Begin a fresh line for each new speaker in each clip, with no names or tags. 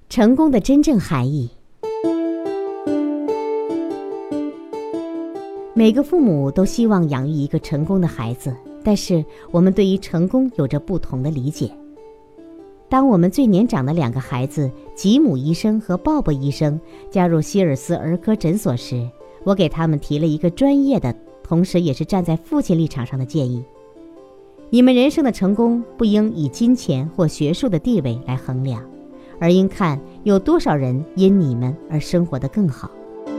成功的真正含义。每个父母都希望养育一个成功的孩子，但是我们对于成功有着不同的理解。当我们最年长的2个孩子吉姆医生和鲍勃医生加入希尔斯儿科诊所时，我给他们提了一个专业的，同时也是站在父亲立场上的建议：你们人生的成功不应以金钱或学术的地位来衡量，而应看有多少人因你们而生活得更好。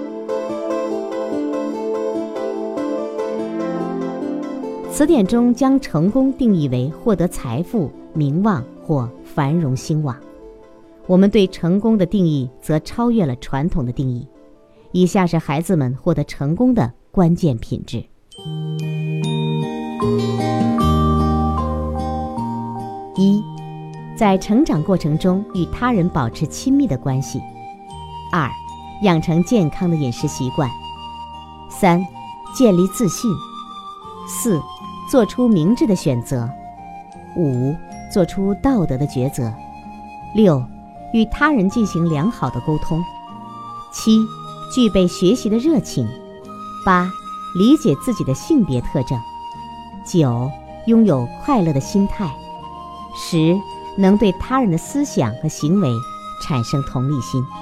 词典中将成功定义为获得财富、名望或繁荣兴旺。我们对成功的定义则超越了传统的定义。以下是孩子们获得成功的关键品质。1. 在成长过程中与他人保持亲密的关系。2. 养成健康的饮食习惯。3. 建立自信。4. 做出明智的选择。5. 做出道德的抉择。6. 与他人进行良好的沟通。7. 具备学习的热情。8. 理解自己的性别特征。9. 拥有快乐的心态。10. 能对他人的思想和行为产生同理心。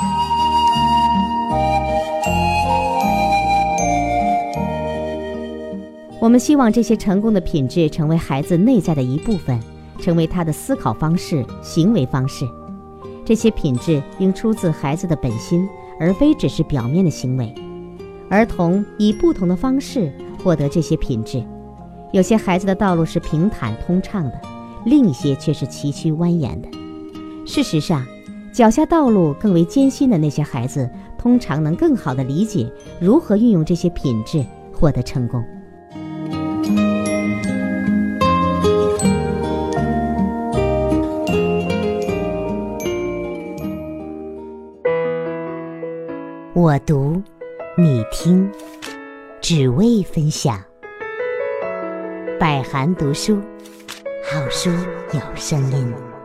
我们希望这些成功的品质成为孩子内在的一部分，成为他的思考方式、行为方式。这些品质应出自孩子的本心，而非只是表面的行为。儿童以不同的方式获得这些品质，有些孩子的道路是平坦通畅的，另一些却是崎岖蜿蜒的。事实上，脚下道路更为艰辛的那些孩子，通常能更好地理解如何运用这些品质获得成功。我读，你听，只为分享。百寒读书，好书有声音。